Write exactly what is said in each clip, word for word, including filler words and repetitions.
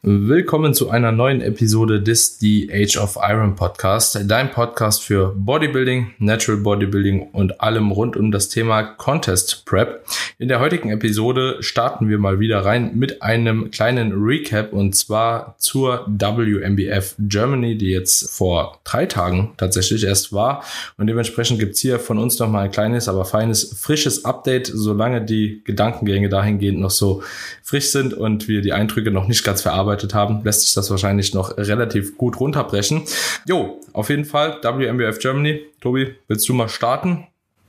Willkommen zu einer neuen Episode des The Age of Iron Podcast, dein Podcast für Bodybuilding, Natural Bodybuilding und allem rund um das Thema Contest Prep. In der heutigen Episode starten wir mal wieder rein mit einem kleinen Recap und zwar zur W M B F Germany, die jetzt vor drei Tagen tatsächlich erst war, und dementsprechend gibt's hier von uns nochmal ein kleines, aber feines, frisches Update, solange die Gedankengänge dahingehend noch so frisch sind und wir die Eindrücke noch nicht ganz verarbeitet haben, lässt sich das wahrscheinlich noch relativ gut runterbrechen. Jo, auf jeden Fall W M B F Germany. Tobi, willst du mal starten?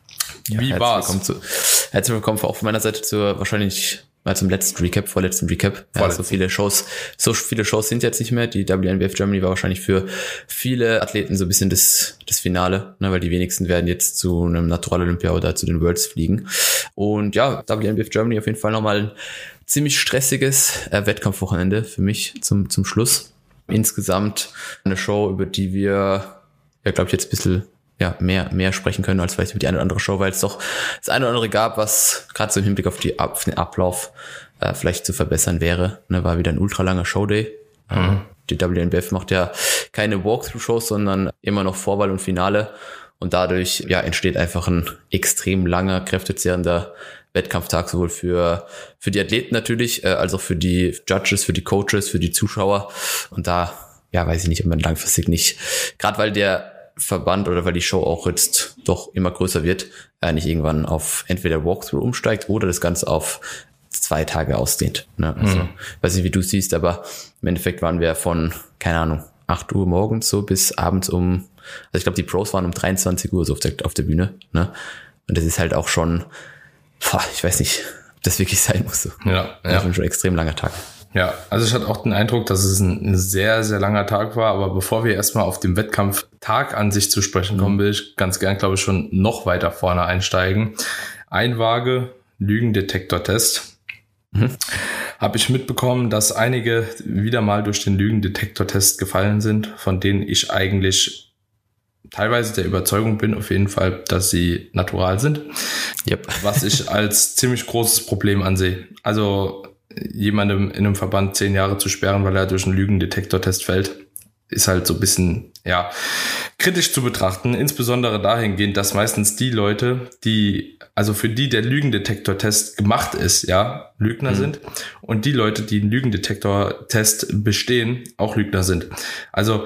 Ja, Wie war's? Willkommen zu, herzlich willkommen auch von meiner Seite zur wahrscheinlich mal zum letzten Recap, vorletzten Recap. Ja, so viele Shows, so viele Shows sind jetzt nicht mehr. Die W M B F Germany war wahrscheinlich für viele Athleten so ein bisschen das, das Finale, ne, weil die wenigsten werden jetzt zu einem Natural Olympia oder zu den Worlds fliegen. Und ja, W M B F Germany auf jeden Fall nochmal ein ziemlich stressiges äh, Wettkampfwochenende für mich zum, zum Schluss. Insgesamt eine Show, über die wir, ja, glaube ich, jetzt ein bisschen ja, mehr, mehr sprechen können als vielleicht über die eine oder andere Show, weil es doch das eine oder andere gab, was gerade so im Hinblick auf, die, auf den Ablauf äh, vielleicht zu verbessern wäre. Ne, war wieder ein ultra langer Showday. Mhm. Die W M B F macht ja keine Walkthrough-Shows, sondern immer noch Vorwahl und Finale. Und dadurch ja entsteht einfach ein extrem langer, kräftezehrender Wettkampftag, sowohl für für die Athleten natürlich, äh, als auch für die Judges, für die Coaches, für die Zuschauer. Und da, ja, weiß ich nicht, ob man langfristig nicht, gerade weil der Verband oder weil die Show auch jetzt doch immer größer wird, äh, nicht irgendwann auf entweder Walkthrough umsteigt oder das Ganze auf zwei Tage ausdehnt. Ne? Also, mhm. weiß nicht, wie du siehst, aber im Endeffekt waren wir von, keine Ahnung, acht Uhr morgens so bis abends um, also ich glaube, die Pros waren um dreiundzwanzig Uhr so auf der, auf der Bühne. Ne? Und das ist halt auch schon, boah, ich weiß nicht, ob das wirklich sein muss. So. Ja, ja. Das war schon ein extrem langer Tag. Ja, also ich hatte auch den Eindruck, dass es ein sehr, sehr langer Tag war. Aber bevor wir erstmal auf den Wettkampftag an sich zu sprechen kommen, mhm. will ich ganz gern, glaube ich, schon noch weiter vorne einsteigen. Einwaage, Lügendetektor-Test. Mhm. Habe ich mitbekommen, dass einige wieder mal durch den Lügendetektor-Test gefallen sind, von denen ich eigentlich teilweise der Überzeugung bin, auf jeden Fall, dass sie natural sind. Yep. Was ich als ziemlich großes Problem ansehe. Also jemandem in einem Verband zehn Jahre zu sperren, weil er durch einen Lügendetektor-Test fällt, ist halt so ein bisschen, ja, kritisch zu betrachten. Insbesondere dahingehend, dass meistens die Leute, die, also für die der Lügendetektor-Test gemacht ist, ja, Lügner mhm. sind. Und die Leute, die einen Lügendetektor-Test bestehen, auch Lügner sind. Also,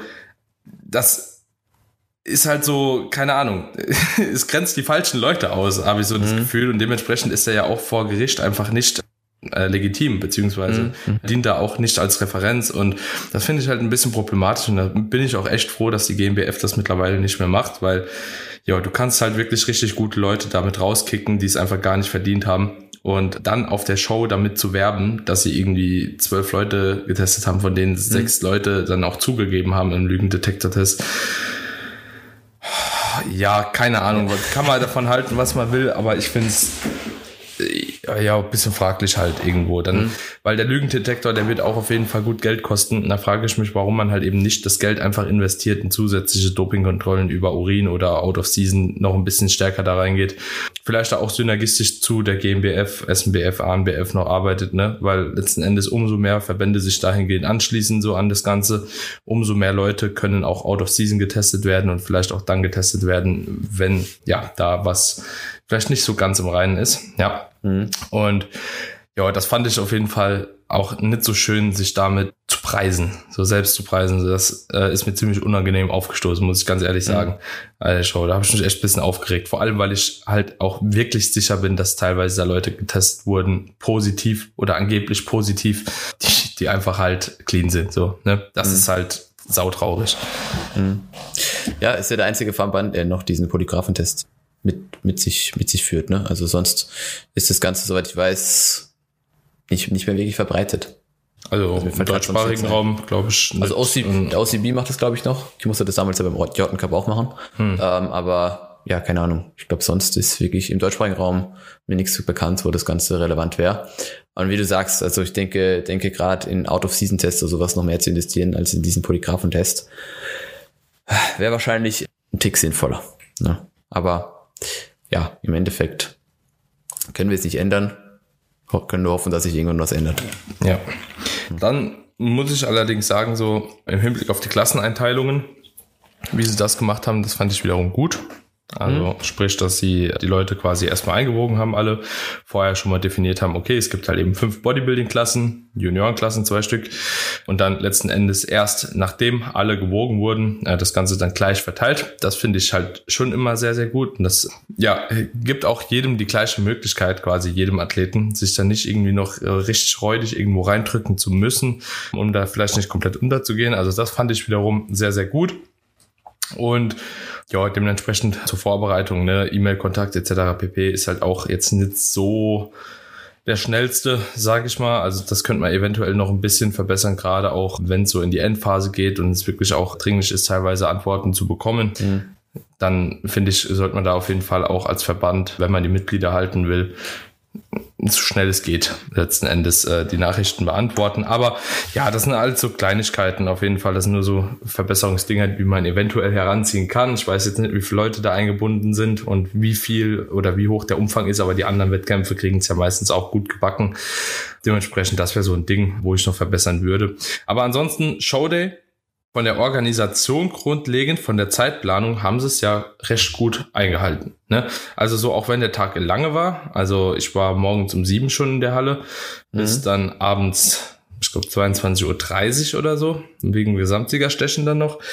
das ist halt so, keine Ahnung, es grenzt die falschen Leute aus, habe ich so mhm. das Gefühl. Und dementsprechend ist er ja auch vor Gericht einfach nicht Äh, legitim, beziehungsweise mhm. dient da auch nicht als Referenz, und das finde ich halt ein bisschen problematisch, und da bin ich auch echt froh, dass die G M B F das mittlerweile nicht mehr macht, weil ja, du kannst halt wirklich richtig gute Leute damit rauskicken, die es einfach gar nicht verdient haben, und dann auf der Show damit zu werben, dass sie irgendwie zwölf Leute getestet haben, von denen mhm. sechs Leute dann auch zugegeben haben im Lügendetektor-Test. Ja, keine Ahnung, kann man davon halten, was man will, aber ich finde es ja, ein bisschen fraglich halt irgendwo. Dann, mhm. weil der Lügendetektor, der wird auch auf jeden Fall gut Geld kosten. Und da frage ich mich, warum man halt eben nicht das Geld einfach investiert in zusätzliche Dopingkontrollen über Urin oder Out of Season noch ein bisschen stärker da reingeht. Vielleicht auch synergistisch zu der G M B F, S N B F, A N B F noch arbeitet, ne? Weil letzten Endes umso mehr Verbände sich dahingehend anschließen, so an das Ganze, umso mehr Leute können auch Out of Season getestet werden und vielleicht auch dann getestet werden, wenn, ja, da was vielleicht nicht so ganz im Reinen ist, ja. Mhm. Und ja, das fand ich auf jeden Fall auch nicht so schön, sich damit zu preisen, so selbst zu preisen. Das äh, ist mir ziemlich unangenehm aufgestoßen, muss ich ganz ehrlich sagen. Mhm. Also Show, da habe ich mich echt ein bisschen aufgeregt. Vor allem, weil ich halt auch wirklich sicher bin, dass teilweise da Leute getestet wurden, positiv oder angeblich positiv, die, die einfach halt clean sind. So, ne? Das mhm. ist halt sautraurig. Mhm. Ja, ist ja der einzige Verband, der noch diesen Polygraphentest mit mit sich mit sich führt, ne? Also sonst ist das Ganze, soweit ich weiß, nicht nicht mehr wirklich verbreitet. Also, also im deutschsprachigen Raum, glaube ich. Also O C, der O C B macht das, glaube ich, noch. Ich musste das damals ja beim Jordan Cup auch machen. Hm. Ähm, aber ja, keine Ahnung. Ich glaube, sonst ist wirklich im deutschsprachigen Raum mir nichts bekannt, wo das Ganze relevant wäre. Und wie du sagst, also ich denke, denke gerade in Out-of-Season-Tests oder sowas noch mehr zu investieren als in diesen Polygraphentest wäre wahrscheinlich ein Tick sinnvoller. Ne? Aber ja, im Endeffekt können wir es nicht ändern. Können wir hoffen, dass sich irgendwann was ändert. Ja. Dann muss ich allerdings sagen, so im Hinblick auf die Klasseneinteilungen, wie sie das gemacht haben, das fand ich wiederum gut. Also mhm. sprich, dass sie die Leute quasi erstmal eingewogen haben, alle vorher schon mal definiert haben, okay, es gibt halt eben fünf Bodybuilding-Klassen, Juniorenklassen, zwei Stück und dann letzten Endes erst, nachdem alle gewogen wurden, äh, das Ganze dann gleich verteilt. Das finde ich halt schon immer sehr, sehr gut und das ja gibt auch jedem die gleiche Möglichkeit, quasi jedem Athleten, sich dann nicht irgendwie noch äh, richtig räudig irgendwo reindrücken zu müssen, um da vielleicht nicht komplett unterzugehen. Also das fand ich wiederum sehr, sehr gut. Und ja, dementsprechend zur Vorbereitung, ne, E-Mail-Kontakt et cetera pp. Ist halt auch jetzt nicht so der schnellste, sage ich mal. Also das könnte man eventuell noch ein bisschen verbessern, gerade auch wenn es so in die Endphase geht und es wirklich auch dringlich ist, teilweise Antworten zu bekommen. Mhm. Dann finde ich, sollte man da auf jeden Fall auch als Verband, wenn man die Mitglieder halten will, so schnell es geht, letzten Endes äh, die Nachrichten beantworten. Aber ja, das sind alles so Kleinigkeiten auf jeden Fall. Das sind nur so Verbesserungsdinger, die man eventuell heranziehen kann. Ich weiß jetzt nicht, wie viele Leute da eingebunden sind und wie viel oder wie hoch der Umfang ist, aber die anderen Wettkämpfe kriegen es ja meistens auch gut gebacken. Dementsprechend, das wäre so ein Ding, wo ich noch verbessern würde. Aber ansonsten, Showday, von der Organisation grundlegend, von der Zeitplanung haben sie es ja recht gut eingehalten. Ne? Also so, auch wenn der Tag lange war, also ich war morgens um sieben schon in der Halle, mhm. bis dann abends, ich glaube zweiundzwanzig Uhr dreißig oder so, wegen Gesamtsiegerstechen dann noch,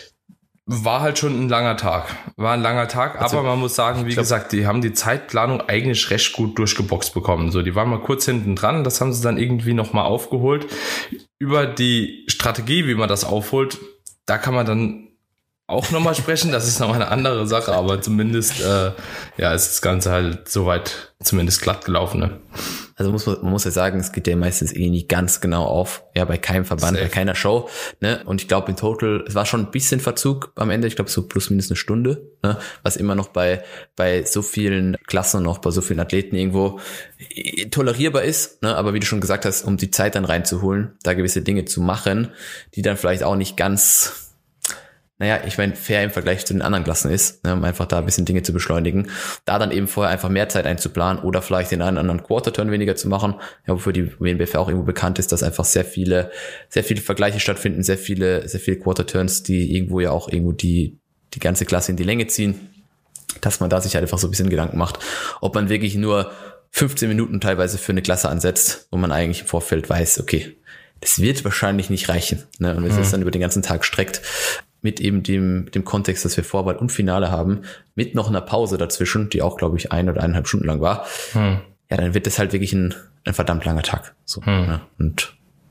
war halt schon ein langer Tag. War ein langer Tag, also, aber man muss sagen, wie glaub, gesagt, die haben die Zeitplanung eigentlich recht gut durchgeboxt bekommen. So, die waren mal kurz hinten dran, das haben sie dann irgendwie nochmal aufgeholt. Über die Strategie, wie man das aufholt, da kann man dann auch nochmal sprechen. Das ist nochmal eine andere Sache, aber zumindest äh, ja, ist das Ganze halt soweit zumindest glatt gelaufen. Ne? Also muss man, man muss ja sagen, es geht ja meistens eh nie ganz genau auf. Ja, bei keinem Verband, Safe. Bei keiner Show. Ne? Und ich glaube, in total, es war schon ein bisschen Verzug am Ende. Ich glaube, so plus minus eine Stunde. Ne? Was immer noch bei bei so vielen Klassen und auch bei so vielen Athleten irgendwo tolerierbar ist. Ne? Aber wie du schon gesagt hast, um die Zeit dann reinzuholen, da gewisse Dinge zu machen, die dann vielleicht auch nicht ganz... naja, ich meine, fair im Vergleich zu den anderen Klassen ist, ne, um einfach da ein bisschen Dinge zu beschleunigen. Da dann eben vorher einfach mehr Zeit einzuplanen oder vielleicht den einen anderen Quarter-Turn weniger zu machen, ja, wofür die W N B F auch irgendwo bekannt ist, dass einfach sehr viele, sehr viele Vergleiche stattfinden, sehr viele, sehr viele Quarter-Turns, die irgendwo ja auch irgendwo die, die ganze Klasse in die Länge ziehen, dass man da sich halt einfach so ein bisschen Gedanken macht, ob man wirklich nur fünfzehn Minuten teilweise für eine Klasse ansetzt, wo man eigentlich im Vorfeld weiß, okay, das wird wahrscheinlich nicht reichen, ne, und wenn es mhm. dann über den ganzen Tag streckt, mit eben dem dem Kontext, dass wir Vorwahl und Finale haben, mit noch einer Pause dazwischen, die auch, glaube ich, ein oder eineinhalb Stunden lang war, hm. ja, dann wird das halt wirklich ein, ein verdammt langer Tag. So, hm. ne? Und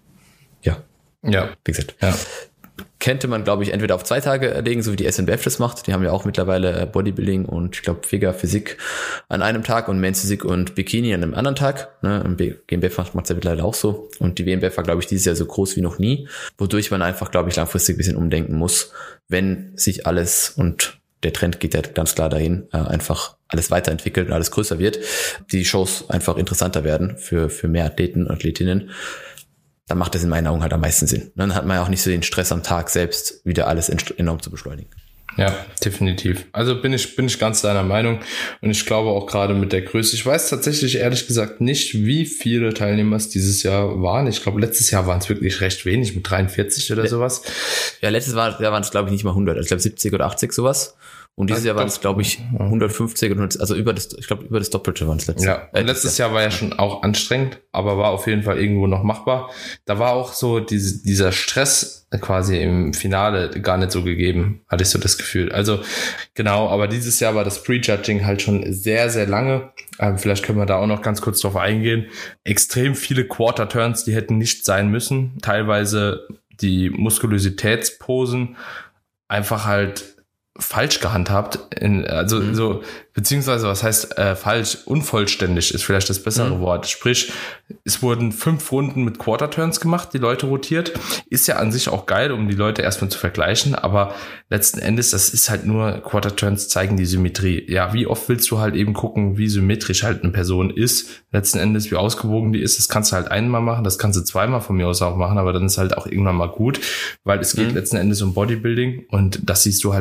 ja, ja, wie gesagt, ja. könnte man, glaube ich, entweder auf zwei Tage erlegen, so wie die S N B F das macht. Die haben ja auch mittlerweile Bodybuilding und ich glaube Figure, Physik an einem Tag und Men's Physik und Bikini an einem anderen Tag. Ne? Im G M B F macht es ja mittlerweile auch so. Und die W M B F war, glaube ich, dieses Jahr so groß wie noch nie, wodurch man einfach, glaube ich, langfristig ein bisschen umdenken muss, wenn sich alles, und der Trend geht ja ganz klar dahin, äh, einfach alles weiterentwickelt und alles größer wird, die Shows einfach interessanter werden für für mehr Athleten und Athletinnen. Dann macht das in meinen Augen halt am meisten Sinn. Dann hat man ja auch nicht so den Stress am Tag selbst, wieder alles enorm zu beschleunigen. Ja, definitiv. Also bin ich, bin ich ganz deiner Meinung. Und ich glaube auch gerade mit der Größe. Ich weiß tatsächlich ehrlich gesagt nicht, wie viele Teilnehmer es dieses Jahr waren. Ich glaube, letztes Jahr waren es wirklich recht wenig, mit dreiundvierzig oder sowas. Ja, letztes Jahr waren es, glaube ich, nicht mal hundert. Ich glaube siebzig oder achtzig sowas. Und dieses Jahr waren es, glaube ich, hundertfünfzig, also über das, ich glaube, über das Doppelte waren es letztes Jahr. Ja, und letztes Jahr war ja schon auch anstrengend, aber war auf jeden Fall irgendwo noch machbar. Da war auch so diese, dieser Stress quasi im Finale gar nicht so gegeben, hatte ich so das Gefühl. Also genau, aber dieses Jahr war das Prejudging halt schon sehr, sehr lange. Ähm, vielleicht können wir da auch noch ganz kurz drauf eingehen. Extrem viele Quarter-Turns, die hätten nicht sein müssen. Teilweise die Muskulositätsposen einfach halt falsch gehandhabt, in, also mhm. so, beziehungsweise was heißt äh, falsch, unvollständig ist vielleicht das bessere mhm. Wort. Sprich, es wurden fünf Runden mit Quarter-Turns gemacht, die Leute rotiert. Ist ja an sich auch geil, um die Leute erstmal zu vergleichen, aber letzten Endes, das ist halt nur, Quarter-Turns zeigen die Symmetrie. Ja, wie oft willst du halt eben gucken, wie symmetrisch halt eine Person ist, letzten Endes, wie ausgewogen die ist, das kannst du halt einmal machen, das kannst du zweimal von mir aus auch machen, aber dann ist halt auch irgendwann mal gut, weil es geht mhm. letzten Endes um Bodybuilding und das siehst du halt eben mehr,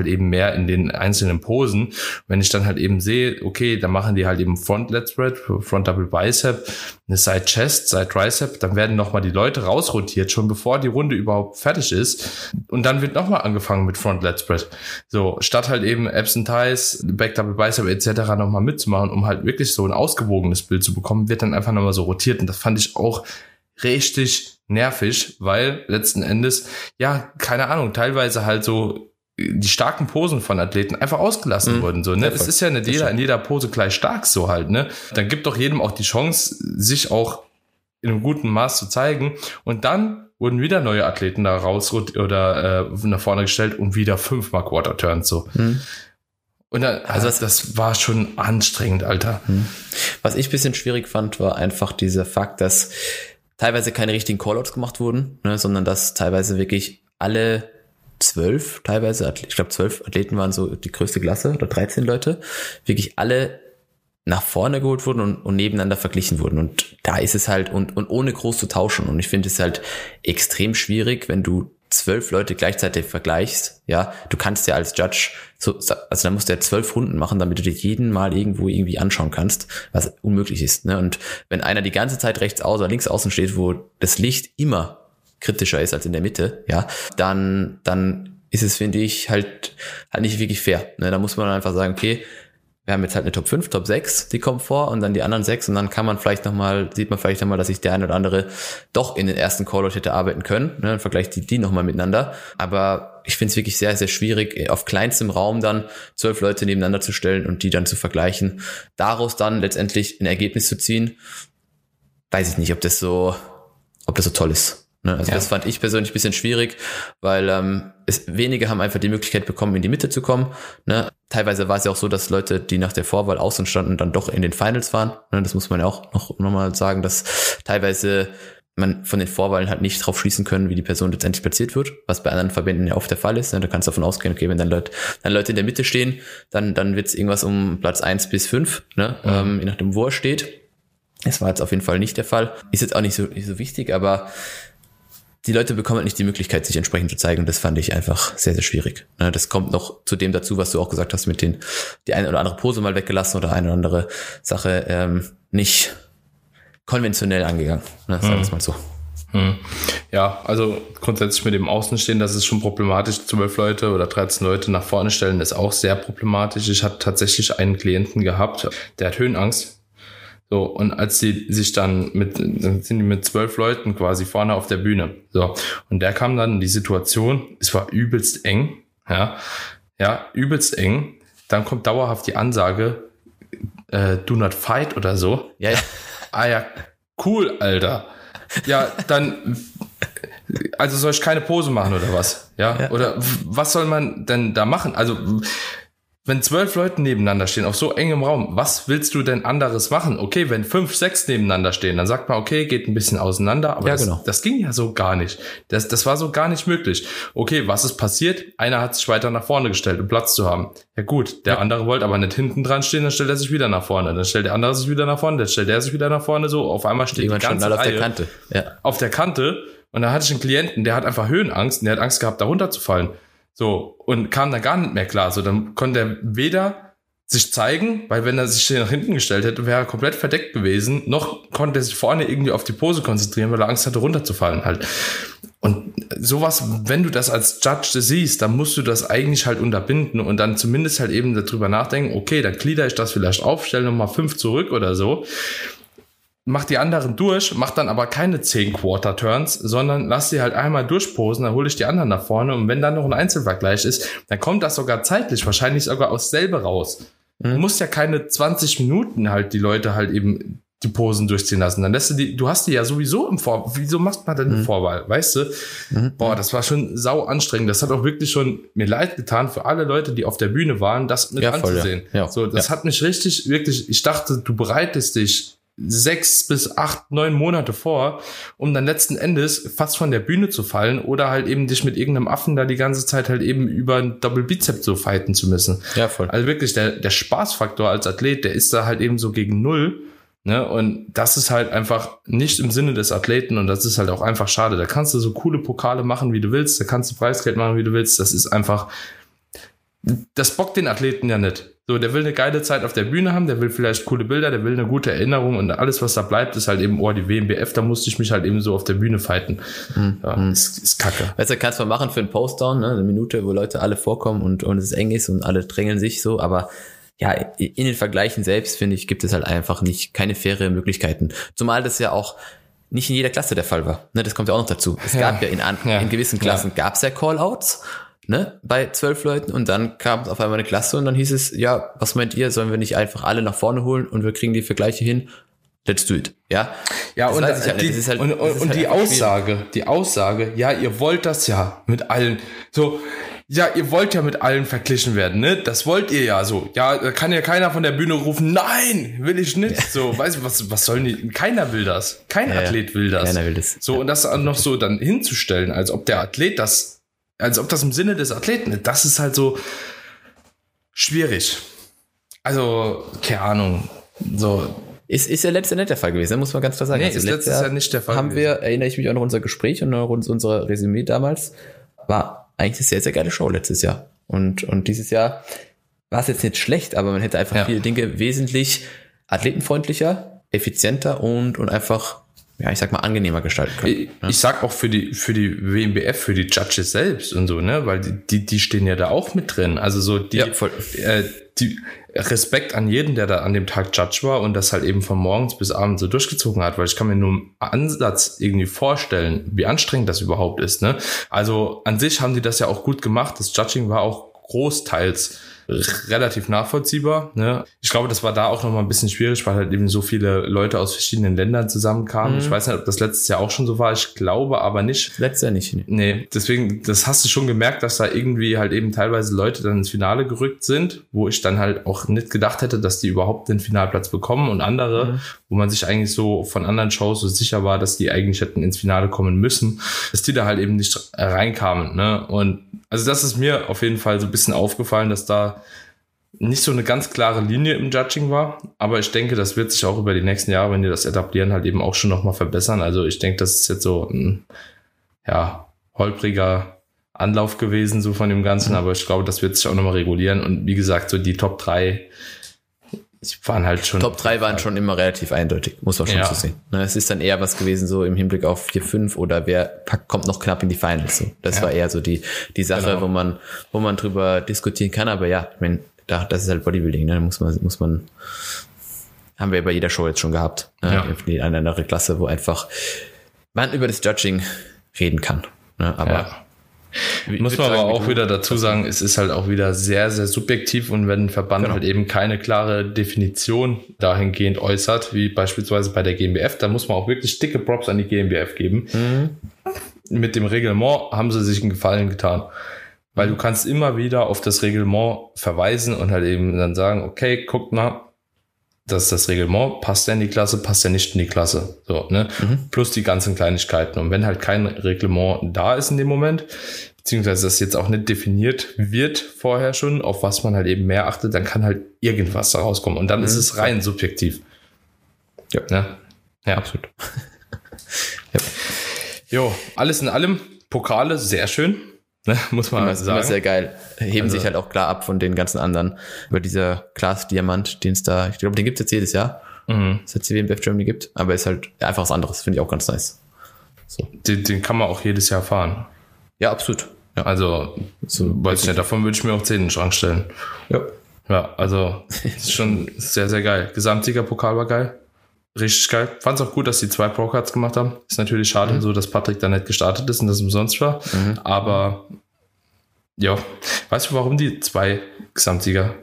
her in den einzelnen Posen. Wenn ich dann halt eben sehe, okay, dann machen die halt eben Front Lat Spread, Front Double Bicep, eine Side Chest, Side Tricep, dann werden nochmal die Leute rausrotiert, schon bevor die Runde überhaupt fertig ist. Und dann wird nochmal angefangen mit Front Lat Spread. So, statt halt eben Abs and Thighs, Back Double Bicep et cetera nochmal mitzumachen, um halt wirklich so ein ausgewogenes Bild zu bekommen, wird dann einfach nochmal so rotiert. Und das fand ich auch richtig nervig, weil letzten Endes, ja, keine Ahnung, teilweise halt so die starken Posen von Athleten einfach ausgelassen mhm. wurden. So, ne? Es ist ja nicht jeder in jeder Pose gleich stark so halt, ne? Dann gibt doch jedem auch die Chance, sich auch in einem guten Maß zu zeigen. Und dann wurden wieder neue Athleten da raus oder äh, nach vorne gestellt und wieder fünfmal Quarter Turns so. Mhm. Und dann, also das, das war schon anstrengend, Alter. Mhm. Was ich ein bisschen schwierig fand, war einfach dieser Fakt, dass teilweise keine richtigen Callouts gemacht wurden, ne, sondern dass teilweise wirklich alle zwölf, teilweise, ich glaube zwölf Athleten waren so die größte Klasse oder dreizehn Leute, wirklich alle nach vorne geholt wurden und, und nebeneinander verglichen wurden. Und da ist es halt, und, und ohne groß zu tauschen. Und ich finde es halt extrem schwierig, wenn du zwölf Leute gleichzeitig vergleichst. Ja, du kannst ja als Judge, so, also da musst du ja zwölf Runden machen, damit du dir jeden Mal irgendwo irgendwie anschauen kannst, was unmöglich ist. Ne? Und wenn einer die ganze Zeit rechts außen oder links außen steht, wo das Licht immer kritischer ist als in der Mitte, ja, dann, dann ist es, finde ich, halt, halt nicht wirklich fair. Ne? Da muss man einfach sagen, okay, wir haben jetzt halt eine Top fünf, Top sechs, die kommen vor und dann die anderen sechs und dann kann man vielleicht nochmal, sieht man vielleicht nochmal, dass sich der eine oder andere doch in den ersten Callout hätte arbeiten können, ne? Dann vergleicht die, die nochmal miteinander. Aber ich finde es wirklich sehr, sehr schwierig, auf kleinstem Raum dann zwölf Leute nebeneinander zu stellen und die dann zu vergleichen. Daraus dann letztendlich ein Ergebnis zu ziehen, weiß ich nicht, ob das so, ob das so toll ist. Also ja. Das fand ich persönlich ein bisschen schwierig, weil ähm, es, wenige haben einfach die Möglichkeit bekommen, in die Mitte zu kommen. Ne? Teilweise war es ja auch so, dass Leute, die nach der Vorwahl außen standen, dann doch in den Finals waren. Ne? Das muss man ja auch noch, noch mal sagen, dass teilweise man von den Vorwahlen halt nicht drauf schließen können, wie die Person letztendlich platziert wird, was bei anderen Verbänden ja oft der Fall ist. Ne? Da kannst du davon ausgehen, okay, wenn dann Leute, dann Leute in der Mitte stehen, dann dann wird es irgendwas um Platz eins bis fünf, ne? Mhm. ähm, je nachdem, wo er steht. Das war jetzt auf jeden Fall nicht der Fall. Ist jetzt auch nicht so, nicht so wichtig, aber die Leute bekommen halt nicht die Möglichkeit, sich entsprechend zu zeigen. Und das fand ich einfach sehr, sehr schwierig. Das kommt noch zu dem dazu, was du auch gesagt hast, mit den, die eine oder andere Pose mal weggelassen oder eine oder andere Sache ähm, nicht konventionell angegangen. Ne, sagen wir es mal so. Hm. Ja, also grundsätzlich mit dem Außenstehen, das ist schon problematisch. zwölf Leute oder dreizehn Leute nach vorne stellen ist auch sehr problematisch. Ich hatte tatsächlich einen Klienten gehabt, der hat Höhenangst. So, und als sie sich dann mit, dann sind die mit zwölf Leuten quasi vorne auf der Bühne. So, und der kam dann in die Situation, es war übelst eng, ja, ja, übelst eng. Dann kommt dauerhaft die Ansage, äh, do not fight oder so. Ja, ja. Ah ja, cool, Alter. Ja, dann, also soll ich keine Pose machen oder was? Ja, ja. Oder was soll man denn da machen? Also, wenn zwölf Leute nebeneinander stehen, auf so engem Raum, was willst du denn anderes machen? Okay, wenn fünf, sechs nebeneinander stehen, dann sagt man, okay, geht ein bisschen auseinander, aber ja, das, genau. das ging ja so gar nicht. Das, das war so gar nicht möglich. Okay, was ist passiert? Einer hat sich weiter nach vorne gestellt, um Platz zu haben. Ja gut, der ja. andere wollte aber nicht hinten dran stehen, dann stellt er sich wieder nach vorne. Dann stellt der andere sich wieder nach vorne, dann stellt der sich wieder nach vorne, so auf einmal steht Jemand die ganze Reihe auf der Kante. Ja. auf der Kante. Und da hatte ich einen Klienten, der hat einfach Höhenangst und der hat Angst gehabt, da runterzufallen. So, und kam dann gar nicht mehr klar. So, dann konnte er weder sich zeigen, weil wenn er sich nach hinten gestellt hätte, wäre er komplett verdeckt gewesen, noch konnte er sich vorne irgendwie auf die Pose konzentrieren, weil er Angst hatte, runterzufallen halt. Und sowas, wenn du das als Judge siehst, dann musst du das eigentlich halt unterbinden und dann zumindest halt eben darüber nachdenken, okay, dann glieder ich das vielleicht auf, stelle nochmal fünf zurück oder so, mach die anderen durch, mach dann aber keine zehn Quarter Turns, sondern lass sie halt einmal durchposen, dann hole ich die anderen nach vorne und wenn dann noch ein Einzelvergleich ist, dann kommt das sogar zeitlich wahrscheinlich sogar aus selber raus. Mhm. Du musst ja keine zwanzig Minuten halt die Leute halt eben die Posen durchziehen lassen. Dann lässt du die, du hast die ja sowieso im Vor, wieso macht man denn eine mhm. Vorwahl, weißt du? Mhm. Boah, das war schon sau anstrengend. Das hat auch wirklich schon mir leid getan für alle Leute, die auf der Bühne waren, das mit ja, anzusehen. Voll, ja. Ja. So, das ja. hat mich richtig, wirklich, ich dachte, du bereitest dich sechs bis acht, neun Monate vor, um dann letzten Endes fast von der Bühne zu fallen oder halt eben dich mit irgendeinem Affen da die ganze Zeit halt eben über ein Doppelbizeps so fighten zu müssen. Ja, voll. Also wirklich, der, der Spaßfaktor als Athlet, der ist da halt eben so gegen null, ne, und das ist halt einfach nicht im Sinne des Athleten und das ist halt auch einfach schade. Da kannst du so coole Pokale machen, wie du willst, da kannst du Preisgeld machen, wie du willst, das ist einfach das bockt den Athleten ja nicht. So, der will eine geile Zeit auf der Bühne haben, der will vielleicht coole Bilder, der will eine gute Erinnerung und alles, was da bleibt, ist halt eben, oh, die W M B F, da musste ich mich halt eben so auf der Bühne fighten. Mhm. Ja, ist, ist kacke. Weißt du, kannst du mal machen für einen Postdown, ne? Eine Minute, wo Leute alle vorkommen und, und es eng ist und alle drängeln sich so, aber ja, in den Vergleichen selbst, finde ich, gibt es halt einfach nicht, keine faire Möglichkeiten. Zumal das ja auch nicht in jeder Klasse der Fall war. Ne, das kommt ja auch noch dazu. Es ja. gab ja in, an, ja. in gewissen Klassen ja. gab es ja Callouts, ne, bei zwölf Leuten und dann kam auf einmal eine Klasse und dann hieß es, ja, was meint ihr, sollen wir nicht einfach alle nach vorne holen und wir kriegen die Vergleiche hin? Let's do it. Ja, ja und, halt die, halt, und, und, und halt die Aussage, schwierig. die Aussage, ja, ihr wollt das ja mit allen, so, ja, ihr wollt ja mit allen verglichen werden, ne? Das wollt ihr ja so. Ja, da kann ja keiner von der Bühne rufen, nein, will ich nicht. Ja. So, weißt du, was, was sollen die? Keiner will das. Kein ja, Athlet will das. Keiner will das. So, ja. und das noch so dann hinzustellen, als ob der Athlet das, als ob das im Sinne des Athleten ist, das ist halt so schwierig. Also, keine Ahnung, so. Ist, ist ja letztes Jahr nicht der Fall gewesen, muss man ganz klar sagen. Nee, also ist letztes Jahr nicht der Fall haben gewesen. Wir, erinnere ich mich auch noch an unser Gespräch und noch unser Resümee damals, war eigentlich eine sehr, sehr geile Show letztes Jahr. Und, und dieses Jahr war es jetzt nicht schlecht, aber man hätte einfach ja. viele Dinge wesentlich athletenfreundlicher, effizienter und, und einfach, ja, ich sag mal, angenehmer gestalten können. Ich, ne? ich sag auch für die, für die W M B F, für die Judges selbst und so, ne, weil die, die, die stehen ja da auch mit drin. Also so die, ja, voll. Äh, die Respekt an jeden, der da an dem Tag Judge war und das halt eben von morgens bis abends so durchgezogen hat, weil ich kann mir nur im Ansatz irgendwie vorstellen, wie anstrengend das überhaupt ist, ne? Also an sich haben die das ja auch gut gemacht. Das Judging war auch großteils relativ nachvollziehbar, ne? Ich glaube, das war da auch nochmal ein bisschen schwierig, weil halt eben so viele Leute aus verschiedenen Ländern zusammenkamen. Mhm. Ich weiß nicht, ob das letztes Jahr auch schon so war. Ich glaube aber nicht. Letztes Jahr nicht. Nee, deswegen, das hast du schon gemerkt, dass da irgendwie halt eben teilweise Leute dann ins Finale gerückt sind, wo ich dann halt auch nicht gedacht hätte, dass die überhaupt den Finalplatz bekommen und andere, mhm. wo man sich eigentlich so von anderen Shows so sicher war, dass die eigentlich hätten ins Finale kommen müssen, dass die da halt eben nicht reinkamen, ne? Und also das ist mir auf jeden Fall so ein bisschen aufgefallen, dass da nicht so eine ganz klare Linie im Judging war, aber ich denke, das wird sich auch über die nächsten Jahre, wenn die das etablieren, halt eben auch schon nochmal verbessern. Also ich denke, das ist jetzt so ein, ja, holpriger Anlauf gewesen, so von dem Ganzen, aber ich glaube, das wird sich auch nochmal regulieren und wie gesagt, so die Top drei waren halt schon... Top drei waren schon immer relativ eindeutig, muss man schon ja. so sehen. Es ist dann eher was gewesen, so im Hinblick auf vier fünf oder wer packt, kommt noch knapp in die Finals. So. Das ja. war eher so die, die Sache, genau. wo man, wo man drüber diskutieren kann, aber ja, ich meine, da, das ist halt Bodybuilding, ne? Da muss man, muss man, haben wir bei jeder Show jetzt schon gehabt, ne? Ja. Eine andere Klasse, wo einfach man über das Judging reden kann, ne? Aber ja. Wie, muss man aber sagen, auch wieder dazu sagen, es ist halt auch wieder sehr, sehr subjektiv und wenn ein Verband genau. halt eben keine klare Definition dahingehend äußert, wie beispielsweise bei der G m B F, da muss man auch wirklich dicke Props an die G m B F geben. Mhm. Mit dem Reglement haben sie sich einen Gefallen getan. Weil du kannst immer wieder auf das Reglement verweisen und halt eben dann sagen, okay, guck mal, das ist das Reglement, passt ja in die Klasse, passt ja nicht in die Klasse. So, ne? Mhm. Plus die ganzen Kleinigkeiten. Und wenn halt kein Reglement da ist in dem Moment, beziehungsweise das jetzt auch nicht definiert wird vorher schon, auf was man halt eben mehr achtet, dann kann halt irgendwas da rauskommen. Und dann mhm. ist es rein subjektiv. Ja, ne? Ja, absolut. ja. Jo, alles in allem, Pokale, sehr schön. Ne, muss man immer, sagen. Immer sehr geil. Heben also, sich halt auch klar ab von den ganzen anderen. Über dieser Glas-Diamant, den es da, ich glaube, den gibt es jetzt jedes Jahr. Mhm. Das jetzt die W M B F Germany gibt. Aber ist halt einfach was anderes. Finde ich auch ganz nice. So. Den, den kann man auch jedes Jahr fahren. Ja, absolut. Ja. Also, so, weiß ich nicht, davon würde ich mir auch zehn in den Schrank stellen. Ja. Ja, also, ist schon sehr, sehr geil. Gesamtsieger-Pokal war geil. Richtig geil. Fand es auch gut, dass die zwei Pro-Cards gemacht haben. Ist natürlich schade, mhm. so dass Patrick da nicht gestartet ist und das umsonst war. Mhm. Aber ja, weißt du, warum die zwei Gesamtsieger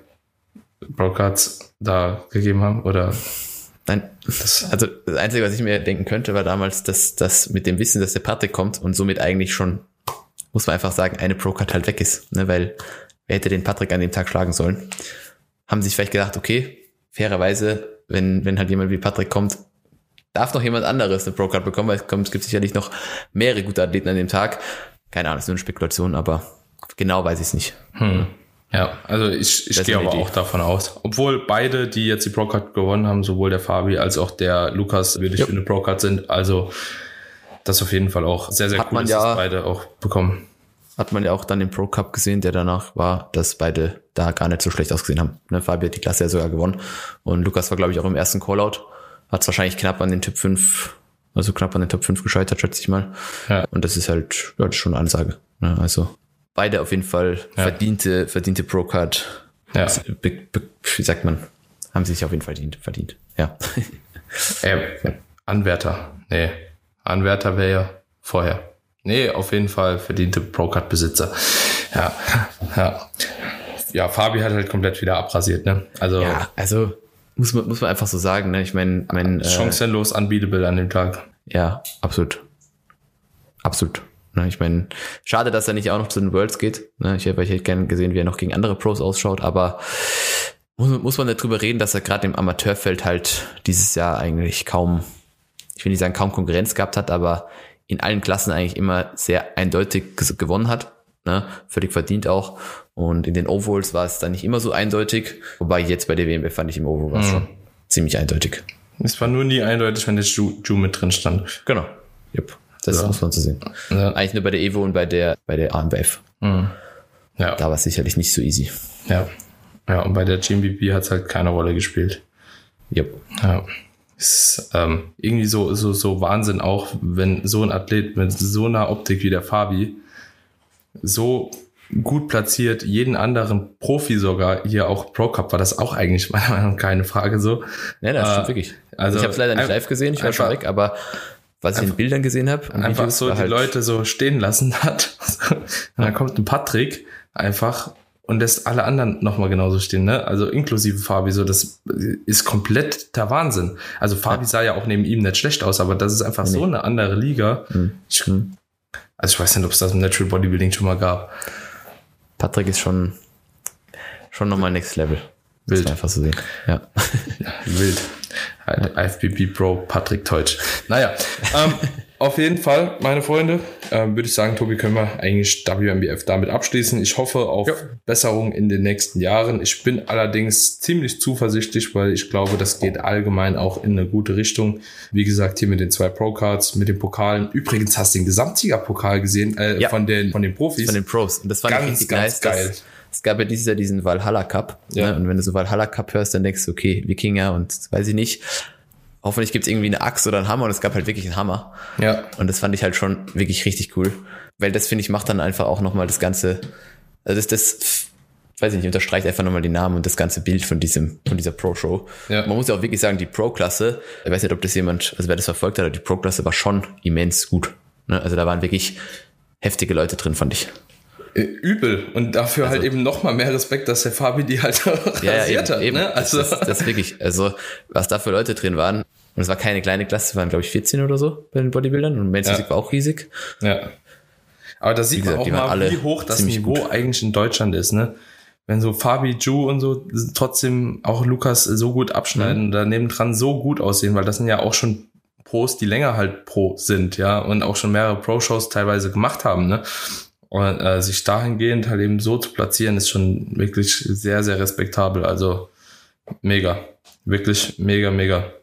Pro-Cards da gegeben haben? Oder? Nein, das also das Einzige, was ich mir denken könnte, war damals, dass das mit dem Wissen, dass der Patrick kommt und somit eigentlich schon, muss man einfach sagen, eine Pro-Card halt weg ist. Ne? Weil wer hätte den Patrick an dem Tag schlagen sollen? Haben sich vielleicht gedacht, okay, fairerweise, wenn wenn halt jemand wie Patrick kommt, darf noch jemand anderes eine Pro-Card bekommen, weil es, kommt, es gibt sicherlich noch mehrere gute Athleten an dem Tag. Keine Ahnung, ist nur eine Spekulation, aber genau weiß ich es nicht. Hm. Ja, also ich, ich gehe aber auch davon aus. Obwohl beide, die jetzt die Pro-Card gewonnen haben, sowohl der Fabi als auch der Lukas, wirklich ja. für eine Pro-Card sind. Also das auf jeden Fall auch sehr, sehr hat cool, man dass ja, das beide auch bekommen. hat man ja auch dann im Pro Cup gesehen, der danach war, dass beide da gar nicht so schlecht ausgesehen haben. Ne, Fabi hat die Klasse ja sogar gewonnen und Lukas war, glaube ich, auch im ersten Callout. Hat es wahrscheinlich knapp an den Top fünf, also knapp an den Top fünf gescheitert, schätze ich mal. Ja. Und das ist halt, ja, das ist schon eine Ansage. Ne, also beide auf jeden Fall ja. verdiente, verdiente Pro-Card. Ja. Be, be, wie sagt man? Haben sie sich auf jeden Fall verdient. verdient. Ja. äh, Anwärter. Nee. Anwärter wäre ja vorher. Nee, auf jeden Fall verdiente Pro-Card-Besitzer. Ja. Ja. Ja, Fabi hat halt komplett wieder abrasiert, ne? Also. Ja, also muss man, muss man einfach so sagen, ne? Ich meine, mein. Äh, chancenlos unbeatable an dem Tag. Ja, absolut. Absolut. Ne, ich meine, schade, dass er nicht auch noch zu den Worlds geht. Ne, ich hätte ich gerne gesehen, wie er noch gegen andere Pros ausschaut, aber muss, muss man nicht drüber reden, dass er gerade im Amateurfeld halt dieses Jahr eigentlich kaum, ich will nicht sagen kaum Konkurrenz gehabt hat, aber in allen Klassen eigentlich immer sehr eindeutig gewonnen hat. Ne, völlig verdient auch. Und in den Overalls war es dann nicht immer so eindeutig, wobei jetzt bei der W M F fand ich im Overall war es mhm. schon ziemlich eindeutig. Es war nur nie eindeutig, wenn der Ju, Ju mit drin stand. Genau. Yep. Das ja. muss man so sehen. Ja. Eigentlich nur bei der Evo und bei der bei der A M W F. Mhm. Ja. Da war es sicherlich nicht so easy. Ja. Ja, und bei der G M B B hat es halt keine Rolle gespielt. Yep. Ja. Ist ähm, irgendwie so, so, so Wahnsinn auch, wenn so ein Athlet mit so einer Optik wie der Fabi so gut platziert, jeden anderen Profi sogar, hier auch Pro Cup war das auch eigentlich meiner Meinung nach keine Frage so. Ja, das stimmt äh, wirklich. Also ich habe es leider nicht live gesehen, ich war schon weg, aber was ich in Bildern gesehen habe. Einfach so die halt Leute so stehen lassen hat. Und dann kommt ein Patrick einfach und lässt alle anderen nochmal genauso stehen, ne? Also inklusive Fabi, so das ist komplett der Wahnsinn. Also Fabi ja. sah ja auch neben ihm nicht schlecht aus, aber das ist einfach nee. so eine andere Liga. Mhm. Ich, also ich weiß nicht, ob es das im Natural Bodybuilding schon mal gab. Patrick ist schon schon nochmal Next Level. Wild. Einfach so sehen. Ja. Wild. I F B B Pro Patrick Teutsch. Naja, ähm, auf jeden Fall, meine Freunde, äh, würde ich sagen, Tobi, können wir eigentlich W M B F damit abschließen. Ich hoffe auf ja. Besserung in den nächsten Jahren. Ich bin allerdings ziemlich zuversichtlich, weil ich glaube, das geht allgemein auch in eine gute Richtung. Wie gesagt, hier mit den zwei Pro-Cards, mit den Pokalen. Übrigens hast du den Gesamtsiegerpokal gesehen äh, ja. von den von den Profis. Von den Pros. Und das fand ganz, ich richtig ganz nice, geil. Dass, es gab ja dieses Jahr diesen Valhalla Cup. Ja. Ne? Und wenn du so Valhalla Cup hörst, dann denkst du, okay, Wikinger und weiß ich nicht. Hoffentlich gibt's irgendwie eine Axt oder einen Hammer und es gab halt wirklich einen Hammer. Ja. Und das fand ich halt schon wirklich richtig cool. Weil das, finde ich, macht dann einfach auch nochmal das ganze, also das, das, weiß ich nicht, unterstreicht einfach nochmal die Namen und das ganze Bild von diesem, von dieser Pro-Show. Ja. Man muss ja auch wirklich sagen, die Pro-Klasse, ich weiß nicht, ob das jemand, also wer das verfolgt hat, aber die Pro-Klasse war schon immens gut. Ne? Also da waren wirklich heftige Leute drin, fand ich. Übel. Und dafür also, halt eben noch mal mehr Respekt, dass der Fabi die halt ja, rasiert ja, eben, hat. Eben. Ne? Also das, das, das wirklich, also was da für Leute drin waren. Und es war keine kleine Klasse, es waren glaube ich vierzehn oder so bei den Bodybuildern und Men's Physik ja. war auch riesig. Ja. Aber da sieht gesagt, man auch mal, wie hoch das Niveau gut. eigentlich in Deutschland ist, ne? Wenn so Fabi, Ju und so trotzdem auch Lukas so gut abschneiden mhm. und da nebendran so gut aussehen, weil das sind ja auch schon Pros, die länger halt Pro sind, ja, und auch schon mehrere Pro-Shows teilweise gemacht haben, ne? Und äh, sich dahingehend halt eben so zu platzieren, ist schon wirklich sehr, sehr respektabel. Also mega. Wirklich mega, mega.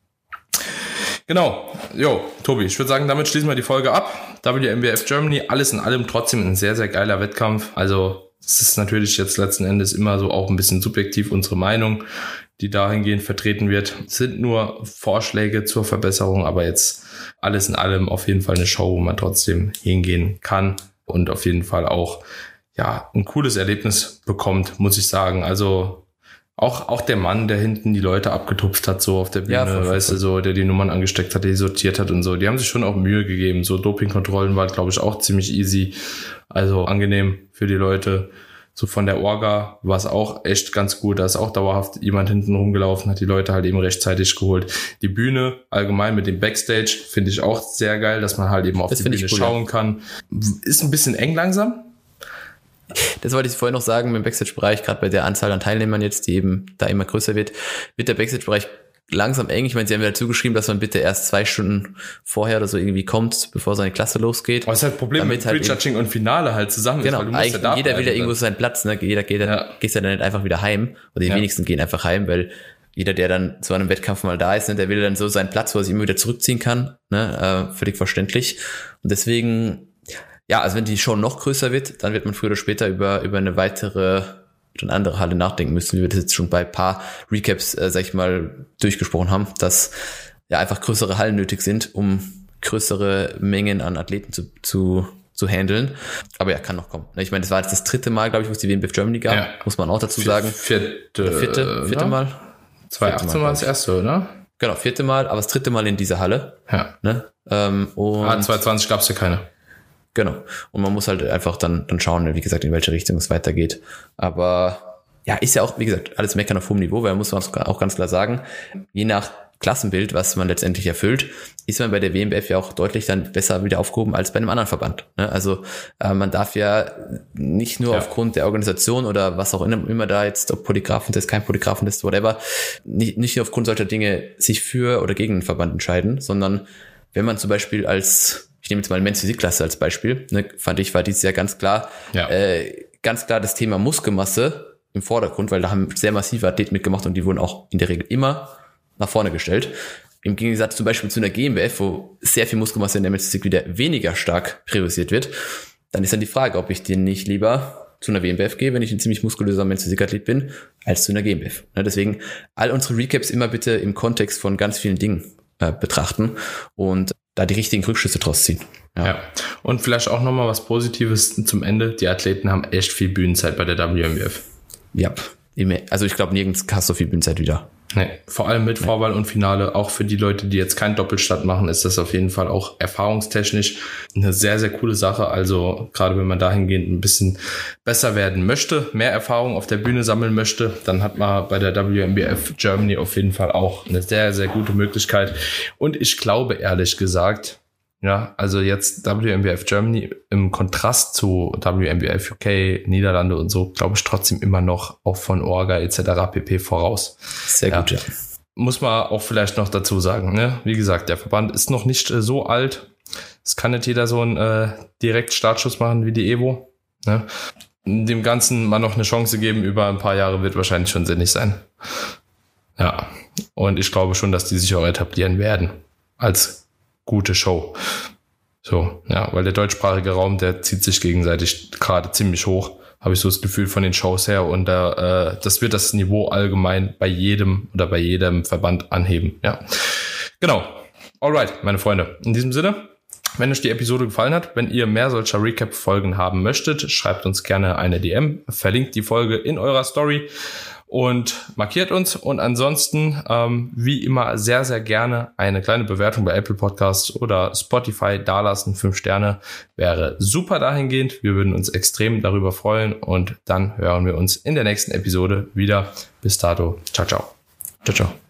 Genau. Jo, Tobi, ich würde sagen, damit schließen wir die Folge ab. W M B F Germany, alles in allem trotzdem ein sehr, sehr geiler Wettkampf. Also es ist natürlich jetzt letzten Endes immer so auch ein bisschen subjektiv unsere Meinung, die dahingehend vertreten wird. Es sind nur Vorschläge zur Verbesserung, aber jetzt alles in allem auf jeden Fall eine Show, wo man trotzdem hingehen kann. Und auf jeden Fall auch, ja, ein cooles Erlebnis bekommt, muss ich sagen. Also auch, auch der Mann, der hinten die Leute abgetupft hat, so auf der Bühne, ja, voll, weißt voll. du, so, der die Nummern angesteckt hat, der die sortiert hat und so, die haben sich schon auch Mühe gegeben. So Dopingkontrollen war, glaube ich, auch ziemlich easy. Also angenehm für die Leute. So von der Orga war es auch echt ganz gut. Da ist auch dauerhaft jemand hinten rumgelaufen, hat die Leute halt eben rechtzeitig geholt. Die Bühne allgemein mit dem Backstage finde ich auch sehr geil, dass man halt eben auf das die Bühne cool, schauen ja. kann. Ist ein bisschen eng langsam. Das wollte ich vorhin noch sagen, im Backstage-Bereich, gerade bei der Anzahl an Teilnehmern jetzt, die eben da immer größer wird, wird der Backstage-Bereich langsam eng. Ich meine, sie haben ja dazu geschrieben, dass man bitte erst zwei Stunden vorher oder so irgendwie kommt, bevor seine Klasse losgeht. Aber das ist halt das Problem mit halt Prejudging und Finale halt zusammen. Genau, ist, weil du musst ja jeder will ja irgendwo dann. seinen Platz, ne? Jeder geht dann, ja. gehst ja dann nicht einfach wieder heim. Oder die ja. wenigsten gehen einfach heim, weil jeder, der dann zu einem Wettkampf mal da ist, ne, der will dann so seinen Platz, wo er sich immer wieder zurückziehen kann, ne? Äh, völlig verständlich. Und deswegen, ja, also wenn die Show noch größer wird, dann wird man früher oder später über, über eine weitere, eine andere Halle nachdenken müssen, wie wir das jetzt schon bei ein paar Recaps, äh, sag ich mal, durchgesprochen haben, dass ja einfach größere Hallen nötig sind, um größere Mengen an Athleten zu, zu, zu handeln. Aber ja, kann noch kommen. Ich meine, das war jetzt das dritte Mal, glaube ich, wo es die W M B F Germany gab, ja. muss man auch dazu sagen. Vierte, vierte, vierte Mal. zwanzig achtzehn war das erste, oder? Genau, vierte Mal, aber das dritte Mal in dieser Halle. Ja. Ne? Ähm, und ah, zwanzig zwanzig gab es ja keine. Genau. Und man muss halt einfach dann, dann schauen, wie gesagt, in welche Richtung es weitergeht. Aber ja, ist ja auch, wie gesagt, alles meckern auf hohem Niveau, weil man muss auch ganz klar sagen, je nach Klassenbild, was man letztendlich erfüllt, ist man bei der W M B F ja auch deutlich dann besser wieder aufgehoben als bei einem anderen Verband. Also äh, man darf ja nicht nur ja. aufgrund der Organisation oder was auch immer da jetzt, ob Polygraphentest, kein Polygraphentest, whatever, nicht, nicht nur aufgrund solcher Dinge sich für oder gegen einen Verband entscheiden, sondern wenn man zum Beispiel als, ich nehme jetzt mal Men's Physik-Klasse als Beispiel, ne, fand ich, war dieses Jahr ganz klar, ja. äh, ganz klar das Thema Muskelmasse im Vordergrund, weil da haben sehr massive Athleten mitgemacht und die wurden auch in der Regel immer nach vorne gestellt. Im Gegensatz zum Beispiel zu einer G M B F, wo sehr viel Muskelmasse in der Men's Physik wieder weniger stark priorisiert wird, dann ist dann die Frage, ob ich den nicht lieber zu einer W M B F gehe, wenn ich ein ziemlich muskulöser Men's Physik-Athlet bin, als zu einer G M B F. Deswegen all unsere Recaps immer bitte im Kontext von ganz vielen Dingen äh, betrachten und da die richtigen Rückschlüsse draus ziehen. Ja. ja. Und vielleicht auch nochmal was Positives zum Ende. Die Athleten haben echt viel Bühnenzeit bei der W M B F. Ja, also ich glaube, nirgends hast du so viel Bühnenzeit wieder. Nee, vor allem mit Vorwahl und Finale, auch für die Leute, die jetzt keinen Doppelstart machen, ist das auf jeden Fall auch erfahrungstechnisch eine sehr, sehr coole Sache. Also gerade wenn man dahingehend ein bisschen besser werden möchte, mehr Erfahrung auf der Bühne sammeln möchte, dann hat man bei der W M B F Germany auf jeden Fall auch eine sehr, sehr gute Möglichkeit. Und ich glaube ehrlich gesagt, ja, also jetzt W M B F Germany im Kontrast zu W M B F U K, Niederlande und so, glaube ich trotzdem immer noch auch von Orga et cetera pp. Voraus. Sehr gut, ja. ja. Muss man auch vielleicht noch dazu sagen, ne? Wie gesagt, der Verband ist noch nicht äh, so alt. Es kann nicht jeder so einen äh, Direkt-Startschuss machen wie die Evo. Ne? Dem Ganzen mal noch eine Chance geben über ein paar Jahre wird wahrscheinlich schon sinnig sein. Ja, und ich glaube schon, dass die sich auch etablieren werden als gute Show. So, ja, weil der deutschsprachige Raum, der zieht sich gegenseitig gerade ziemlich hoch, habe ich so das Gefühl von den Shows her und da, äh, das wird das Niveau allgemein bei jedem oder bei jedem Verband anheben, ja. Genau. Alright, meine Freunde. In diesem Sinne, wenn euch die Episode gefallen hat, wenn ihr mehr solcher Recap-Folgen haben möchtet, schreibt uns gerne eine D M, verlinkt die Folge in eurer Story und markiert uns. Und ansonsten, ähm, wie immer, sehr, sehr gerne eine kleine Bewertung bei Apple Podcasts oder Spotify dalassen. Fünf Sterne wäre super dahingehend. Wir würden uns extrem darüber freuen. Und dann hören wir uns in der nächsten Episode wieder. Bis dato. Ciao, ciao. Ciao, ciao.